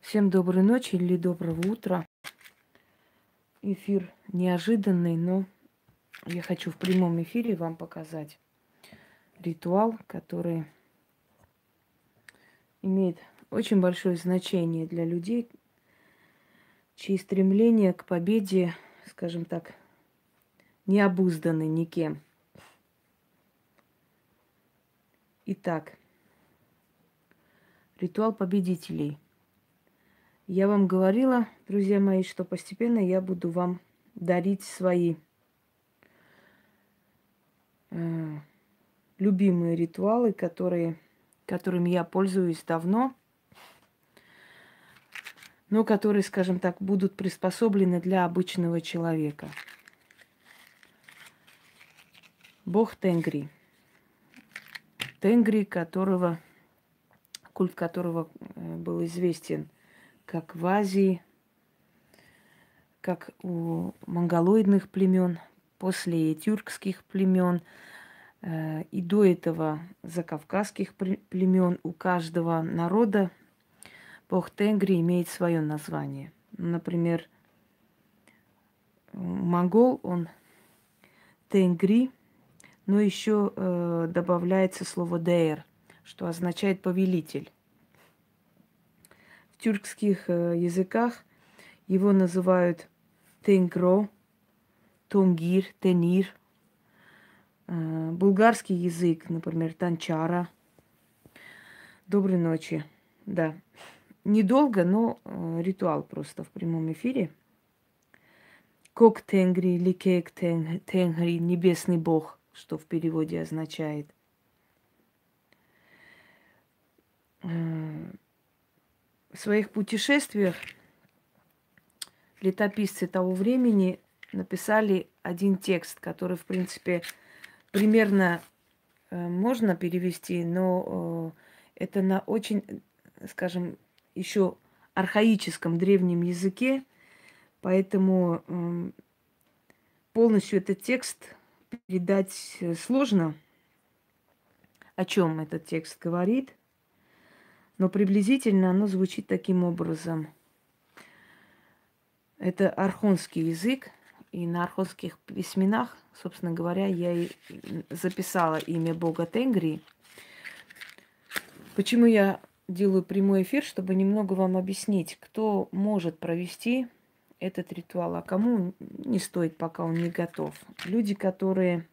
Всем доброй ночи или доброго утра. Эфир неожиданный, но я хочу в прямом эфире вам показать ритуал, который имеет очень большое значение для людей, чьи стремления к победе, скажем так, не обузданы никем. Итак, ритуал победителей. Я вам говорила, друзья мои, что постепенно я буду вам дарить свои любимые ритуалы, которыми я пользуюсь давно, но которые, скажем так, будут приспособлены для обычного человека. Бог Тенгри. Тенгри, культ которого был известен как в Азии, как у монголоидных племен, после тюркских племен, и до этого закавказских племен. У каждого народа Бог Тенгри имеет свое название. Например, монгол, он Тенгри, но еще добавляется слово Дейр, что означает повелитель. В тюркских языках его называют Тенгро, Тонгир, Тенир. Булгарский язык, например, Танчара. Доброй ночи. Да. Недолго, но ритуал просто в прямом эфире. Кок Тенгри, Ликек Тенгри, небесный бог, что в переводе означает. В своих путешествиях летописцы того времени написали один текст, который, в принципе, примерно можно перевести, но это на очень, скажем, еще архаическом древнем языке, поэтому полностью этот текст передать сложно, о чем этот текст говорит, но приблизительно оно звучит таким образом. Это архонский язык, и на архонских письменах, собственно говоря, я и записала имя бога Тенгри. Почему я делаю прямой эфир, чтобы немного вам объяснить, кто может провести этот ритуал, а кому не стоит, пока он не готов. Люди, которые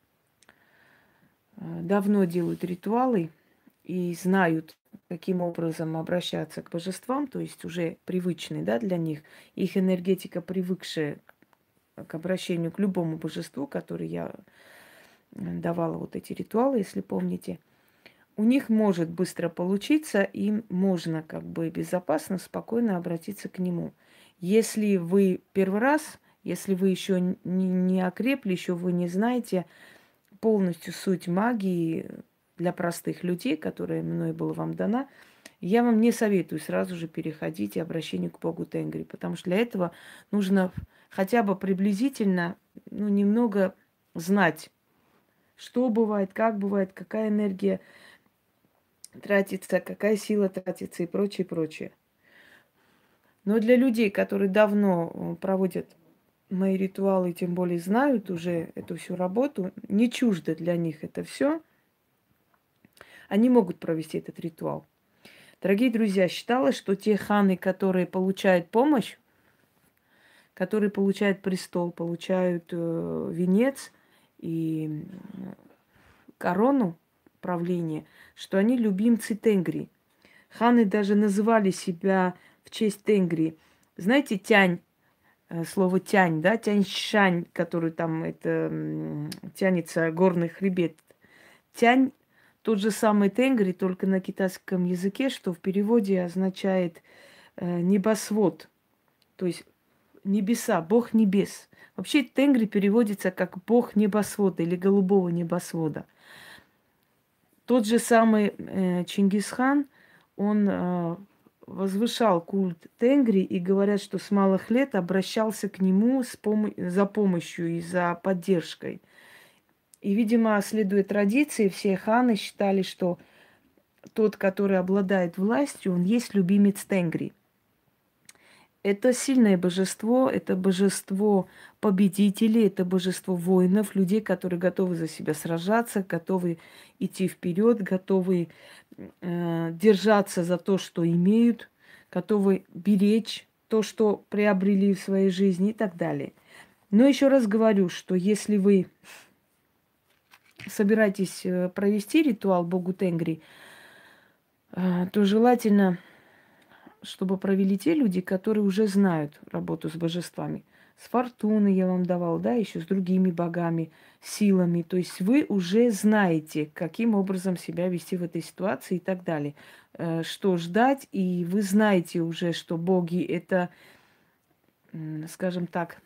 давно делают ритуалы и знают, каким образом обращаться к божествам, то есть уже привычные, да, для них, их энергетика, привыкшая к обращению к любому божеству, которое я давала вот эти ритуалы, если помните, у них может быстро получиться, им можно как бы безопасно, спокойно обратиться к нему. Если вы первый раз, если вы еще не окрепли, еще вы не знаете полностью суть магии для простых людей, которая мной была вам дана, я вам не советую сразу же переходить и обращению к Богу Тенгри, потому что для этого нужно хотя бы приблизительно, немного знать, что бывает, какая энергия тратится, какая сила тратится и прочее, прочее. Но для людей, которые давно проводят мои ритуалы, тем более знают уже эту всю работу, не чуждо для них это все, они могут провести этот ритуал. Дорогие друзья, считалось, что те ханы, которые получают помощь, которые получают престол, получают венец и корону правления, что они любимцы Тенгри. Ханы даже называли себя в честь Тенгри. Знаете, Тянь, слово Тянь, да, Тянь-Шань, который там тянется горный хребет. Тянь тот же самый Тенгри, только на китайском языке, что в переводе означает небосвод, то есть небеса, бог небес. Вообще Тенгри переводится как бог небосвода или голубого небосвода. Тот же самый Чингисхан, он возвышал культ Тенгри, и говорят, что с малых лет обращался к нему за помощью и за поддержкой. И, видимо, следуя традиции, все ханы считали, что тот, который обладает властью, он есть любимец Тенгри. Это сильное божество, это божество победителей, это божество воинов, людей, которые готовы за себя сражаться, готовы идти вперед, готовы держаться за то, что имеют, готовы беречь то, что приобрели в своей жизни и так далее. Но еще раз говорю, что если вы собираетесь провести ритуал Богу Тенгри, то желательно, чтобы провели те люди, которые уже знают работу с божествами. С Фортуной я вам давала, да, еще с другими богами, силами. То есть вы уже знаете, каким образом себя вести в этой ситуации и так далее. Что ждать, и вы знаете уже, что боги это, скажем так,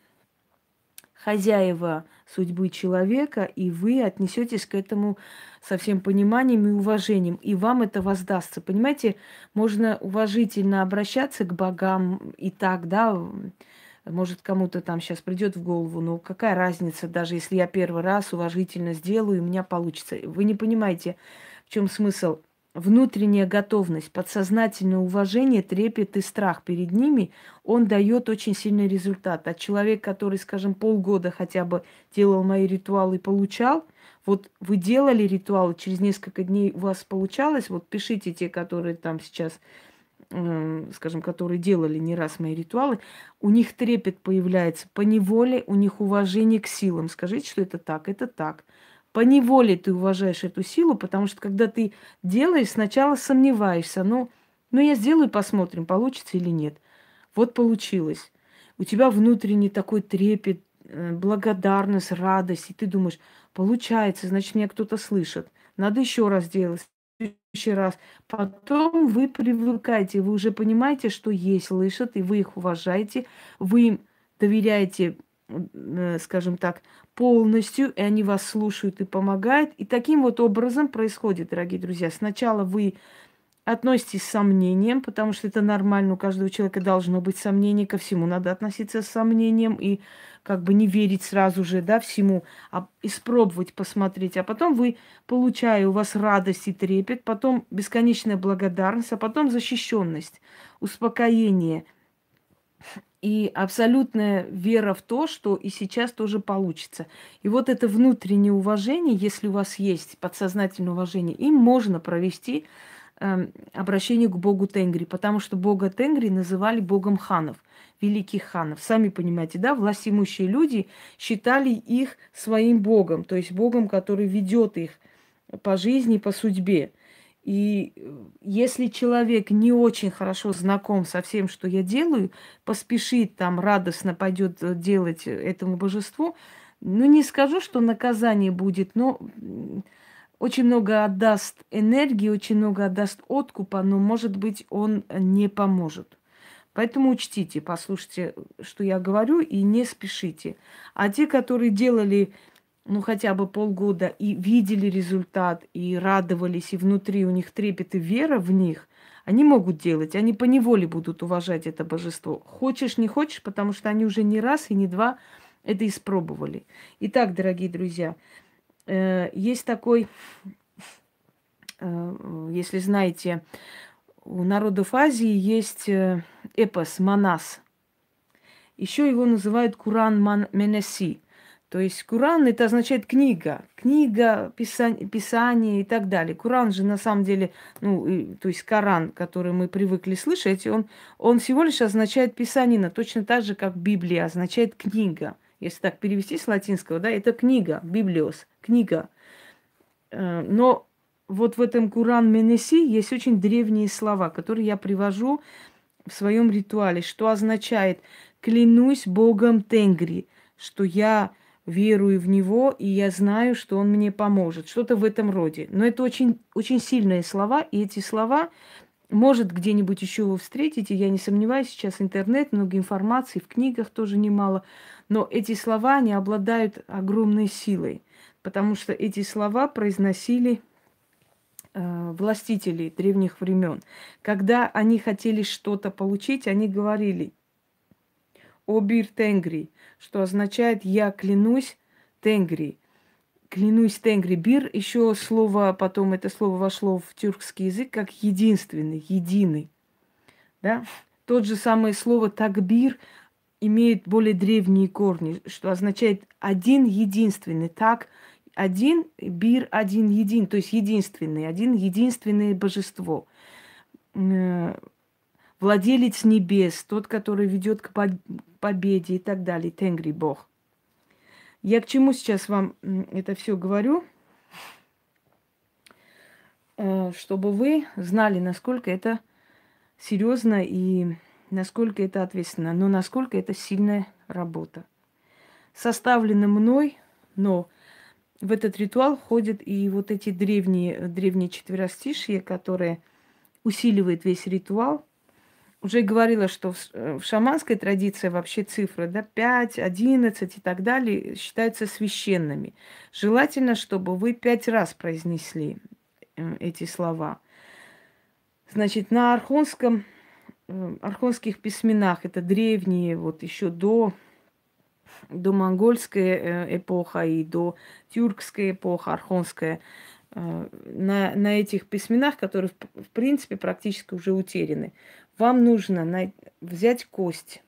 хозяева судьбы человека, и вы отнесетесь к этому со всем пониманием и уважением, и вам это воздастся. Понимаете, можно уважительно обращаться к богам и так, да, может, кому-то там сейчас придет в голову, но какая разница, даже если я первый раз уважительно сделаю, и у меня получится. Вы не понимаете, в чем смысл. Внутренняя готовность, подсознательное уважение, трепет и страх перед ними, он дает очень сильный результат. А человек, который, скажем, полгода хотя бы делал мои ритуалы и получал, вот вы делали ритуалы, через несколько дней у вас получалось, вот пишите те, которые там сейчас, скажем, которые делали не раз мои ритуалы, у них трепет появляется, поневоле у них уважение к силам. Скажите, что это так, это так. Поневоле ты уважаешь эту силу, потому что когда ты делаешь, сначала сомневаешься, ну я сделаю, посмотрим, получится или нет. Вот получилось. У тебя внутренний такой трепет, благодарность, радость, и ты думаешь, получается, значит, меня кто-то слышит. Надо еще раз делать, следующий раз. Потом вы привыкаете, вы уже понимаете, что есть, слышат, и вы их уважаете, вы им доверяете, скажем так, полностью, и они вас слушают и помогают. И таким вот образом происходит, дорогие друзья. Сначала вы относитесь с сомнением, потому что это нормально, у каждого человека должно быть сомнение, ко всему надо относиться с сомнением и как бы не верить сразу же, да, всему, а испробовать, посмотреть. А потом вы, получая, у вас радость и трепет, потом бесконечная благодарность, а потом защищенность, успокоение – и абсолютная вера в то, что и сейчас тоже получится. И вот это внутреннее уважение, если у вас есть подсознательное уважение, им можно провести обращение к Богу Тенгри, потому что Бога Тенгри называли Богом ханов, великих ханов. Сами понимаете, да, властимущие люди считали их своим Богом, то есть Богом, который ведет их по жизни, по судьбе. И если человек не очень хорошо знаком со всем, что я делаю, поспешит там радостно пойдет делать этому божеству, ну не скажу, что наказание будет, но очень много отдаст энергии, очень много отдаст откупа, но, может быть, он не поможет. Поэтому учтите, послушайте, что я говорю, и не спешите. А те, которые делали ну, хотя бы полгода и видели результат, и радовались, и внутри у них трепет и вера в них, они могут делать, они поневоле будут уважать это божество. Хочешь, не хочешь, потому что они уже не раз и не два это испробовали. Итак, дорогие друзья, есть такой, если знаете, у народов Азии есть эпос Манас. Еще его называют Куран Менеси. То есть Куран это означает книга, писание и так далее. Куран же на самом деле, то есть Коран, который мы привыкли слышать, он всего лишь означает писанина, точно так же, как Библия означает книга. Если так перевести с латинского, да, это книга, библиос, книга. Но вот в этом Куран Менеси есть очень древние слова, которые я привожу в своем ритуале, что означает «клянусь Богом Тенгри», что я верую в Него, и я знаю, что Он мне поможет. Что-то в этом роде. Но это очень, очень сильные слова, и эти слова, может, где-нибудь еще вы встретите, я не сомневаюсь, сейчас интернет, много информации, в книгах тоже немало, но эти слова, они обладают огромной силой, потому что эти слова произносили властителей древних времен. Когда они хотели что-то получить, они говорили «Обир Тенгри», что означает «я клянусь Тенгри». Клянусь Тенгри. Бир, еще слово, потом это слово вошло в тюркский язык как единственный, единый. Да? тот же самое слово такбир имеет более древние корни, что означает один единственный. Так, один бир, один един, то есть единственный, один единственное божество. Владелец небес, тот, который ведет к победе и так далее, Тенгри Бог. Я к чему сейчас вам это все говорю? Чтобы вы знали, насколько это серьезно и насколько это ответственно, но насколько это сильная работа. Составлено мной, но в этот ритуал входят и вот эти древние четверостишья, которые усиливают весь ритуал. Уже говорила, что в шаманской традиции вообще цифры, да, 5, 11 и так далее считаются священными. Желательно, чтобы вы 5 раз произнесли эти слова. Значит, на архонских письменах, это древние, вот еще до монгольской эпоха и до тюркской эпоха, архонская, на этих письменах, которые, в принципе, практически уже утеряны, вам нужно взять кость.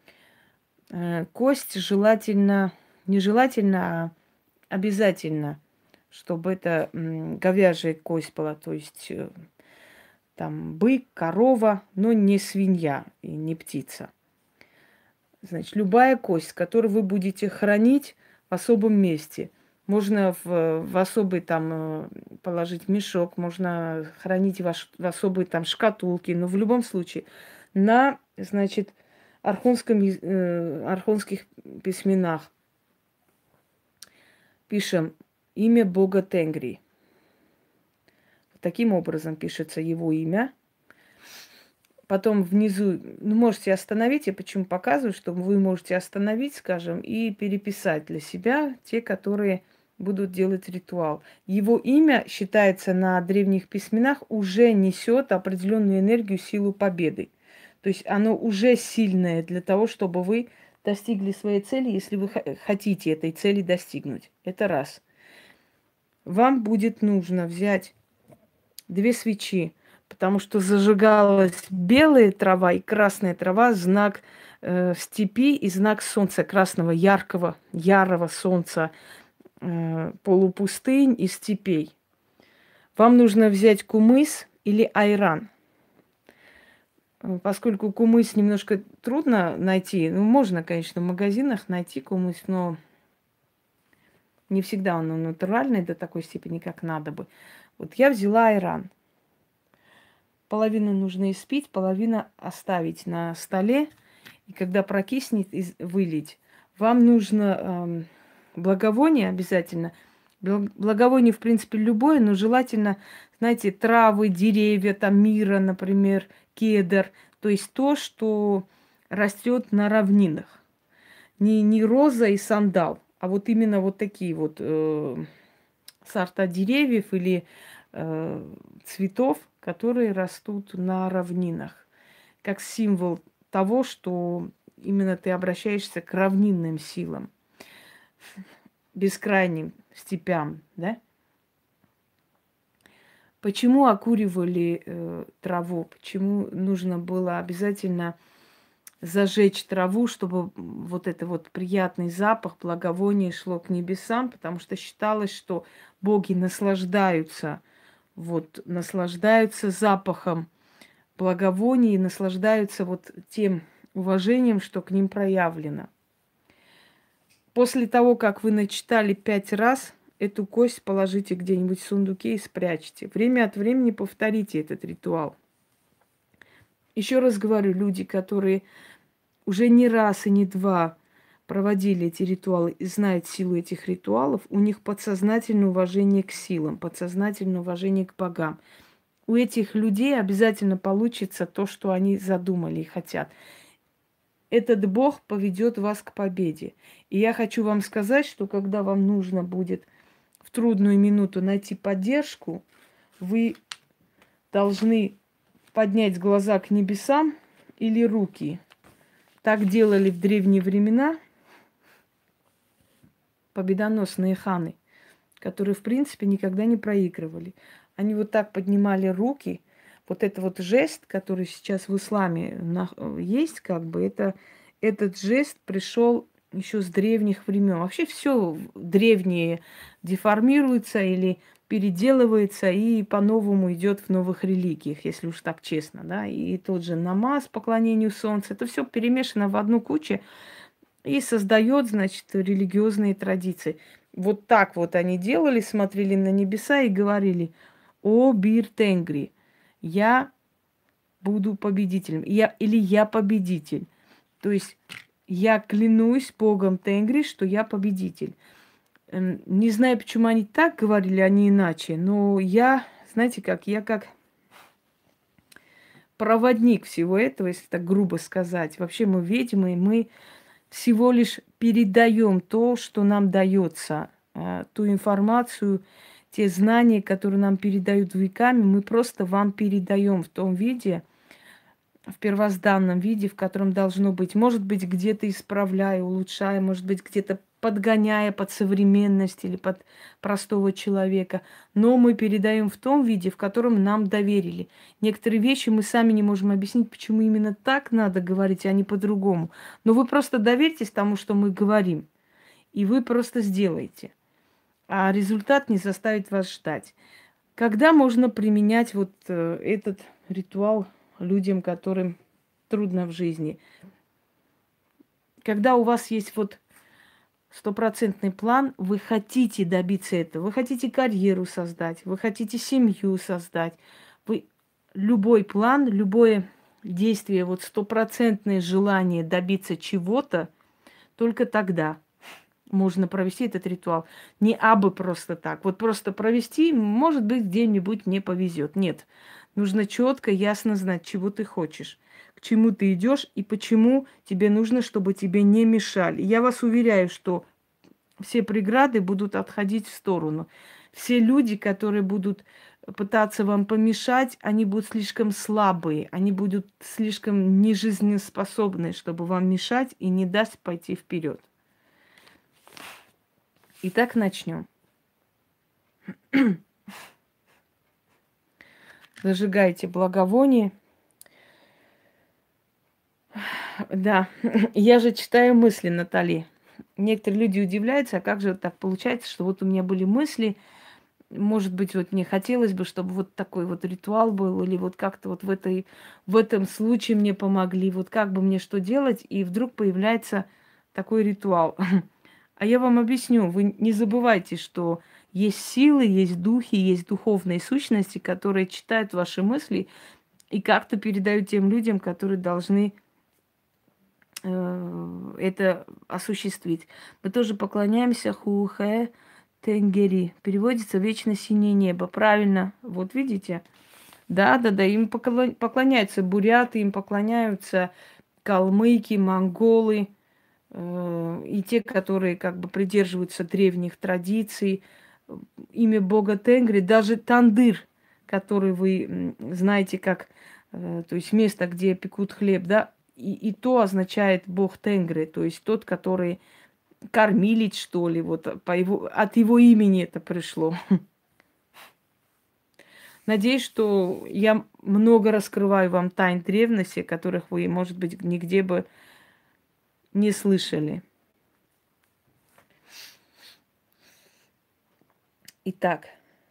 Кость желательно, нежелательно, а обязательно, чтобы это говяжья кость была, то есть там бык, корова, но не свинья и не птица. Значит, любая кость, которую вы будете хранить в особом месте. Можно в особый там положить мешок, можно хранить в особые там шкатулки, но в любом случае значит, архонских письменах пишем имя Бога Тенгри. Таким образом пишется его имя. Потом внизу, можете остановить, я почему показываю, что вы можете остановить, скажем, и переписать для себя те, которые будут делать ритуал. Его имя считается на древних письменах уже несет определенную энергию, силу победы. То есть оно уже сильное для того, чтобы вы достигли своей цели, если вы хотите этой цели достигнуть. Это раз. Вам будет нужно взять 2 свечи, потому что зажигалась белая трава и красная трава, знак степи и знак солнца, красного, яркого солнца, полупустынь и степей. Вам нужно взять кумыс или айран. Поскольку кумыс немножко трудно найти, можно, конечно, в магазинах найти кумыс, но не всегда он натуральный до такой степени, как надо бы. Вот я взяла айран. Половину нужно испить, половину оставить на столе. И когда прокиснет, вылить. Вам нужно благовоние обязательно. Благовоние, в принципе, любое, но желательно, знаете, травы, деревья, там мира, например, кедр. То есть то, что растет на равнинах. Не роза и сандал, а вот именно вот такие вот сорта деревьев или цветов, которые растут на равнинах, как символ того, что именно ты обращаешься к равнинным силам, бескрайним степям, да? Почему окуривали траву? Почему нужно было обязательно зажечь траву, чтобы вот это вот приятный запах, благовоние шло к небесам? Потому что считалось, что боги наслаждаются запахом благовоний, наслаждаются вот тем уважением, что к ним проявлено. После того, как вы начитали 5 раз, эту кость положите где-нибудь в сундуке и спрячьте. Время от времени повторите этот ритуал. Еще раз говорю, люди, которые уже не раз и не два проводили эти ритуалы и знают силу этих ритуалов, у них подсознательное уважение к силам, подсознательное уважение к богам. У этих людей обязательно получится то, что они задумали и хотят. Этот Бог поведет вас к победе. И я хочу вам сказать, что когда вам нужно будет в трудную минуту найти поддержку, вы должны поднять глаза к небесам или руки. Так делали в древние времена победоносные ханы, которые, в принципе, никогда не проигрывали. Они вот так поднимали руки. Вот это вот жест, который сейчас в исламе есть, как бы, этот жест пришел еще с древних времен. Вообще все древнее деформируется или переделывается и по-новому идет в новых религиях, если уж так честно, да. И тот же намаз, поклонению солнцу, это все перемешано в одну кучу и создает, значит, религиозные традиции. Вот так вот они делали, смотрели на небеса и говорили: «О, Бир Тенгри, я буду победителем, или я победитель». То есть я клянусь Богом Тенгри, что я победитель. Не знаю, почему они так говорили, а не иначе, но я, знаете как, я как проводник всего этого, если так грубо сказать. Вообще мы ведьмы, мы всего лишь передаем то, что нам дается, ту информацию, те знания, которые нам передают веками, мы просто вам передаем в том виде, в первозданном виде, в котором должно быть. Может быть, где-то исправляя, улучшая, может быть, где-то подгоняя под современность или под простого человека. Но мы передаем в том виде, в котором нам доверили. Некоторые вещи мы сами не можем объяснить, почему именно так надо говорить, а не по-другому. Но вы просто доверьтесь тому, что мы говорим, и вы просто сделаете. А результат не заставит вас ждать. Когда можно применять вот этот ритуал людям, которым трудно в жизни? Когда у вас есть вот стопроцентный план, вы хотите добиться этого, вы хотите карьеру создать, вы хотите семью создать, вы любой план, любое действие, вот стопроцентное желание добиться чего-то, только тогда можно провести этот ритуал. Не абы просто так. Вот просто провести, может быть, где-нибудь не повезет. Нет. Нужно четко, ясно знать, чего ты хочешь, к чему ты идешь и почему тебе нужно, чтобы тебе не мешали. Я вас уверяю, что все преграды будут отходить в сторону. Все люди, которые будут пытаться вам помешать, они будут слишком слабые, они будут слишком нежизнеспособны, чтобы вам мешать и не дать пойти вперед. Итак, начнем. Зажигайте благовоние. Да, я же читаю мысли, Натали. Некоторые люди удивляются, а как же так получается, что вот у меня были мысли, может быть, вот мне хотелось бы, чтобы вот такой вот ритуал был, или вот как-то вот в этом случае мне помогли, вот как бы мне что делать, и вдруг появляется такой ритуал. А я вам объясню, вы не забывайте, что есть силы, есть духи, есть духовные сущности, которые читают ваши мысли и как-то передают тем людям, которые должны это осуществить. Мы тоже поклоняемся Хуухэ Тенгери. Переводится «Вечно синее небо». Правильно. Вот видите? Да, им поклоняются буряты, им поклоняются калмыки, монголы, и те, которые как бы придерживаются древних традиций. Имя бога Тенгри, даже тандыр, который вы знаете как, то есть место, где пекут хлеб, да, и то означает бог Тенгри, то есть тот, который кормилец, что ли, вот от его имени это пришло. Надеюсь, что я много раскрываю вам тайн древности, которых вы, может быть, нигде бы не слышали. Итак,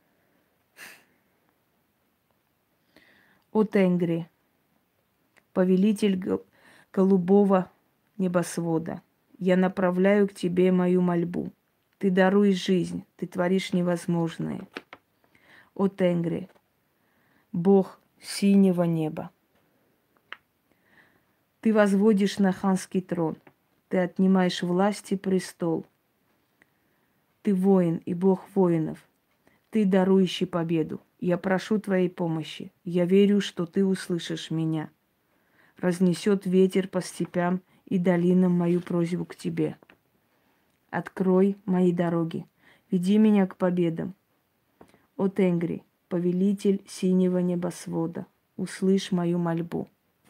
о Тенгри, повелитель голубого небосвода, я направляю к тебе мою мольбу. Ты даруешь жизнь, ты творишь невозможное. О Тенгри, бог синего неба, ты возводишь на ханский трон, ты отнимаешь власть и престол. Ты воин и бог воинов, ты дарующий победу. Я прошу твоей помощи. Я верю, что ты услышишь меня. Разнесет ветер по степям и долинам мою просьбу к тебе. Открой мои дороги. Веди меня к победам. О Тенгри, повелитель синего небосвода, услышь мою мольбу.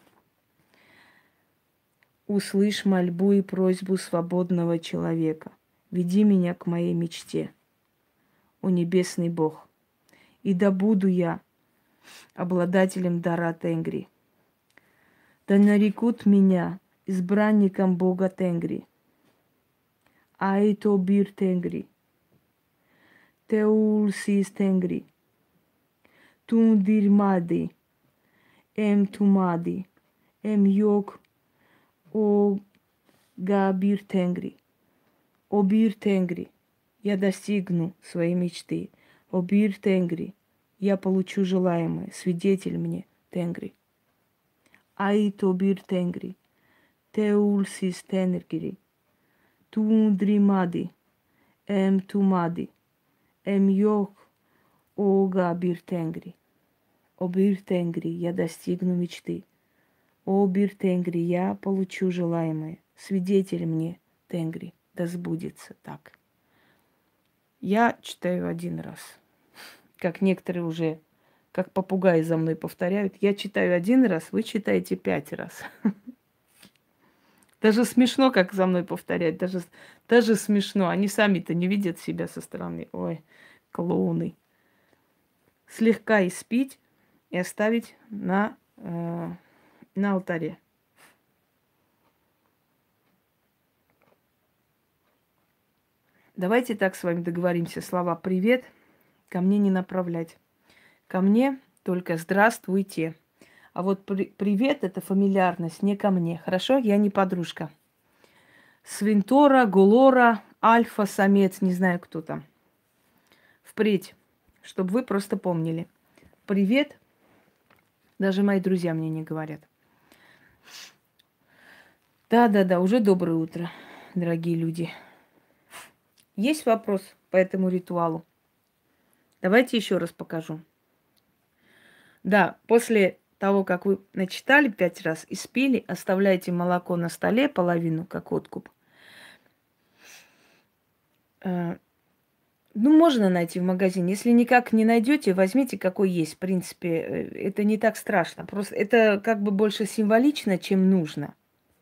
Услышь мольбу и просьбу свободного человека. Веди меня к моей мечте, о небесный Бог. И да буду я обладателем дара Тенгри. Да нарекут меня избранником Бога Тенгри. Айто бир Тенгри. Теулсис Тенгри. Тундирмади. Тумади. Йог о Габир Тенгри. О бир Тенгри. Я достигну своей мечты. О бир Тенгри. Я получу желаемое. Свидетель мне, Тенгри. Айто бир Тенгри. Теулсис Тенгри. Тундримади. Тумади. Йог о Габир Тенгри. О бир Тенгри. Я достигну мечты. О бир Тенгри. Я получу желаемое. Свидетель мне, Тенгри. Да сбудется так. Я читаю один раз. Как некоторые уже, как попугаи за мной повторяют. Я читаю один раз, вы читаете 5 раз. Даже смешно, как за мной повторять. Даже смешно. Они сами-то не видят себя со стороны. Ой, клоуны. Слегка испить и оставить на алтаре. Давайте так с вами договоримся. Слова «привет» ко мне не направлять. Ко мне только «здравствуйте». А вот «привет» — это фамильярность, не ко мне. Хорошо? Я не подружка. Свинтора, Гулора, Альфа, самец, не знаю, кто там. Впредь, чтобы вы просто помнили. Привет. Даже мои друзья мне не говорят. Да, уже доброе утро, дорогие люди. Есть вопрос по этому ритуалу? Давайте еще раз покажу. Да, после того, как вы начитали 5 раз и спили, оставляйте молоко на столе, половину, как откуп. Можно найти в магазине. Если никак не найдете, возьмите, какой есть. В принципе, это не так страшно. Просто это как бы больше символично, чем нужно.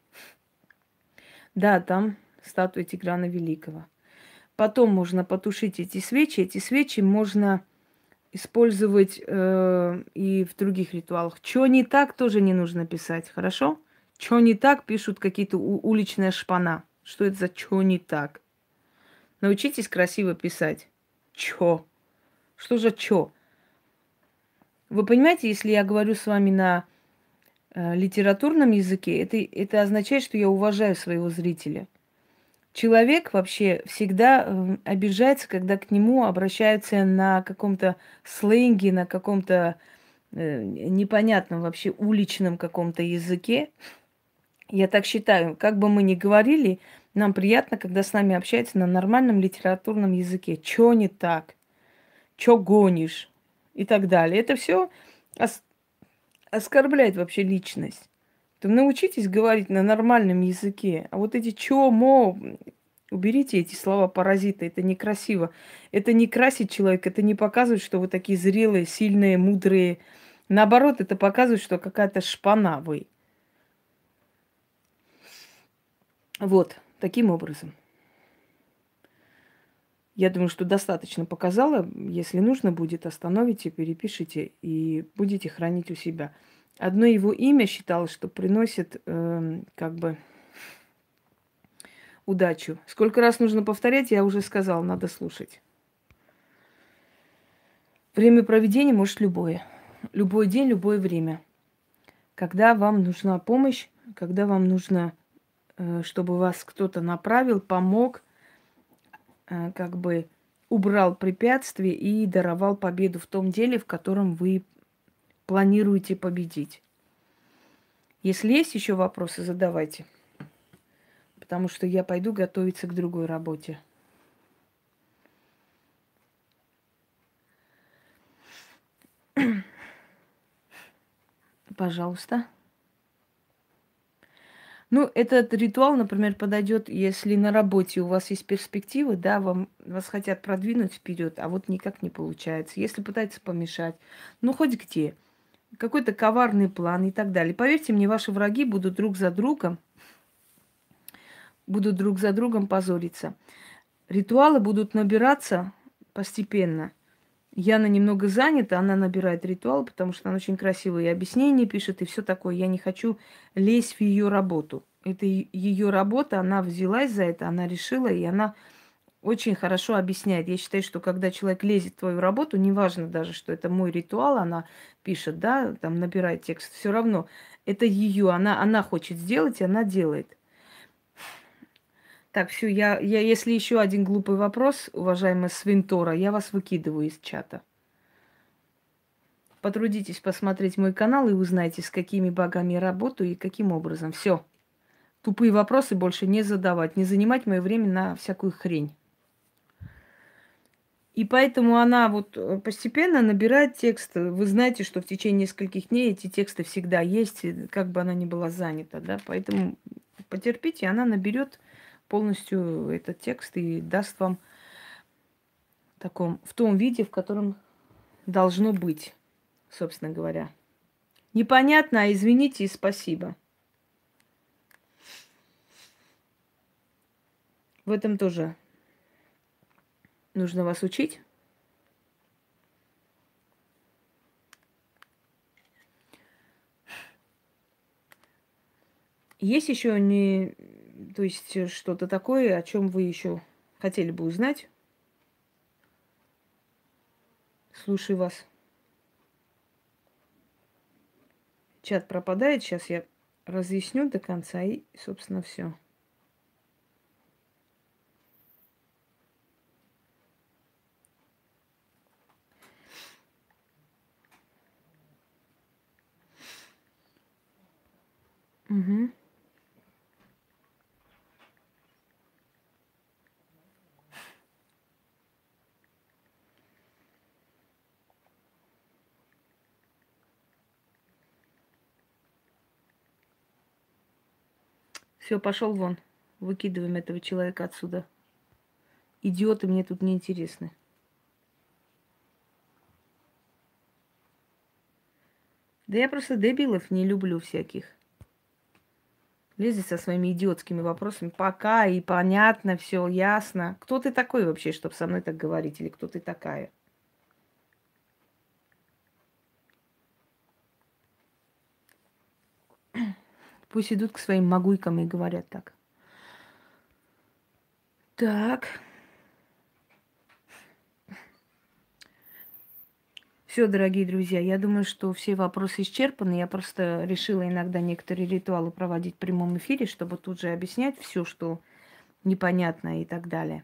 Да, там статуя Тиграна Великого. Потом можно потушить эти свечи. Эти свечи можно использовать и в других ритуалах. Что не так, тоже не нужно писать, хорошо? Что не так, пишут какие-то уличные шпана. Что это за что не так? Научитесь красиво писать. Чё? Что за чё? Вы понимаете, если я говорю с вами на литературном языке, это означает, что я уважаю своего зрителя. Человек вообще всегда обижается, когда к нему обращаются на каком-то сленге, на каком-то непонятном вообще уличном каком-то языке. Я так считаю, как бы мы ни говорили, нам приятно, когда с нами общаются на нормальном литературном языке. Чё не так? Чё гонишь? И так далее. Это все оскорбляет вообще личность. То научитесь говорить на нормальном языке. А вот эти чё, мо, уберите эти слова паразита. Это некрасиво. Это не красит человека, это не показывает, что вы такие зрелые, сильные, мудрые. Наоборот, это показывает, что какая-то шпана вы. Вот, таким образом. Я думаю, что достаточно показала. Если нужно будет, остановите, перепишите и будете хранить у себя. Одно его имя считалось, что приносит удачу. Сколько раз нужно повторять, я уже сказала, надо слушать. Время проведения может любое. Любой день, любое время. Когда вам нужна помощь, когда вам нужно, чтобы вас кто-то направил, помог, убрал препятствия и даровал победу в том деле, в котором вы планируете победить. Если есть еще вопросы, задавайте. Потому что я пойду готовиться к другой работе. Пожалуйста. Этот ритуал, например, подойдет, если на работе у вас есть перспективы, да, вас хотят продвинуть вперед, а вот никак не получается. Если пытаются помешать, хоть где, какой-то коварный план и так далее. Поверьте мне, ваши враги будут друг за другом позориться. Ритуалы будут набираться постепенно. Яна немного занята, она набирает ритуал, потому что она очень красивые объяснения пишет и все такое. Я не хочу лезть в ее работу. Это ее работа, она взялась за это, она решила, и она очень хорошо объясняет. Я считаю, что когда человек лезет в твою работу, неважно даже, что это мой ритуал, она пишет, да, там набирает текст, все равно это ее, она хочет сделать, и она делает. Так, все, если еще один глупый вопрос, уважаемая Свинтора, я вас выкидываю из чата. Потрудитесь посмотреть мой канал и узнаете, с какими богами я работаю и каким образом. Все. Тупые вопросы больше не задавать, не занимать мое время на всякую хрень. И поэтому она вот постепенно набирает текст. Вы знаете, что в течение нескольких дней эти тексты всегда есть, как бы она ни была занята, да. Поэтому потерпите, она наберет полностью этот текст и даст вам в том виде, в котором должно быть, собственно говоря. Непонятно, а извините и спасибо. В этом тоже нужно вас учить. Есть еще не, то есть что-то такое, о чем вы еще хотели бы узнать? Слушаю вас. Чат пропадает, сейчас я разъясню до конца и, собственно, все. Угу. Все, пошел вон. Выкидываем этого человека отсюда. Идиоты мне тут не интересны. Да я просто дебилов не люблю всяких. Лезет со своими идиотскими вопросами. Пока и понятно, все ясно. Кто ты такой вообще, чтобы со мной так говорить? Или кто ты такая? Пусть идут к своим могуйкам и говорят так. Так. Все, дорогие друзья, я думаю, что все вопросы исчерпаны. Я просто решила иногда некоторые ритуалы проводить в прямом эфире, чтобы тут же объяснять все, что непонятно и так далее.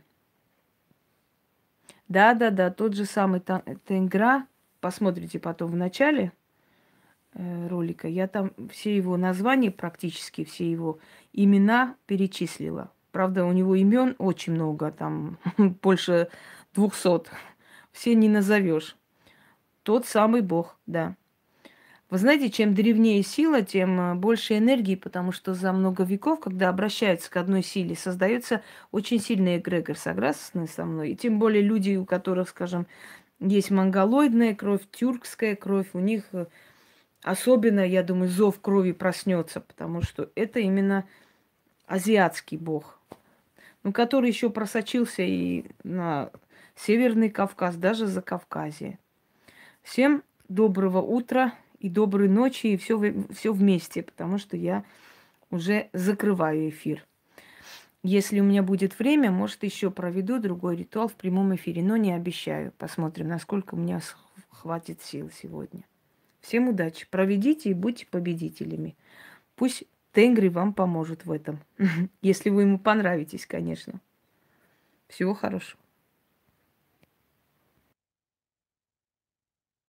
Да, тот же самый Тенгра. Посмотрите потом в начале ролика. Я там все его названия, практически все его имена перечислила. Правда, у него имен очень много, там больше 200. Все не назовешь. Тот самый Бог, да. Вы знаете, чем древнее сила, тем больше энергии, потому что за много веков, когда обращаются к одной силе, создается очень сильный эгрегор. Согласны со мной? И тем более люди, у которых, скажем, есть монголоидная кровь, тюркская кровь, у них особенно, я думаю, зов крови проснется, потому что это именно азиатский бог, ну, который еще просочился и на Северный Кавказ, даже за Кавказье. Всем доброго утра и доброй ночи, и все вместе, потому что я уже закрываю эфир. Если у меня будет время, может, еще проведу другой ритуал в прямом эфире, но не обещаю. Посмотрим, насколько у меня хватит сил сегодня. Всем удачи. Проведите и будьте победителями. Пусть Тенгри вам поможет в этом. Если вы ему понравитесь, конечно. Всего хорошего.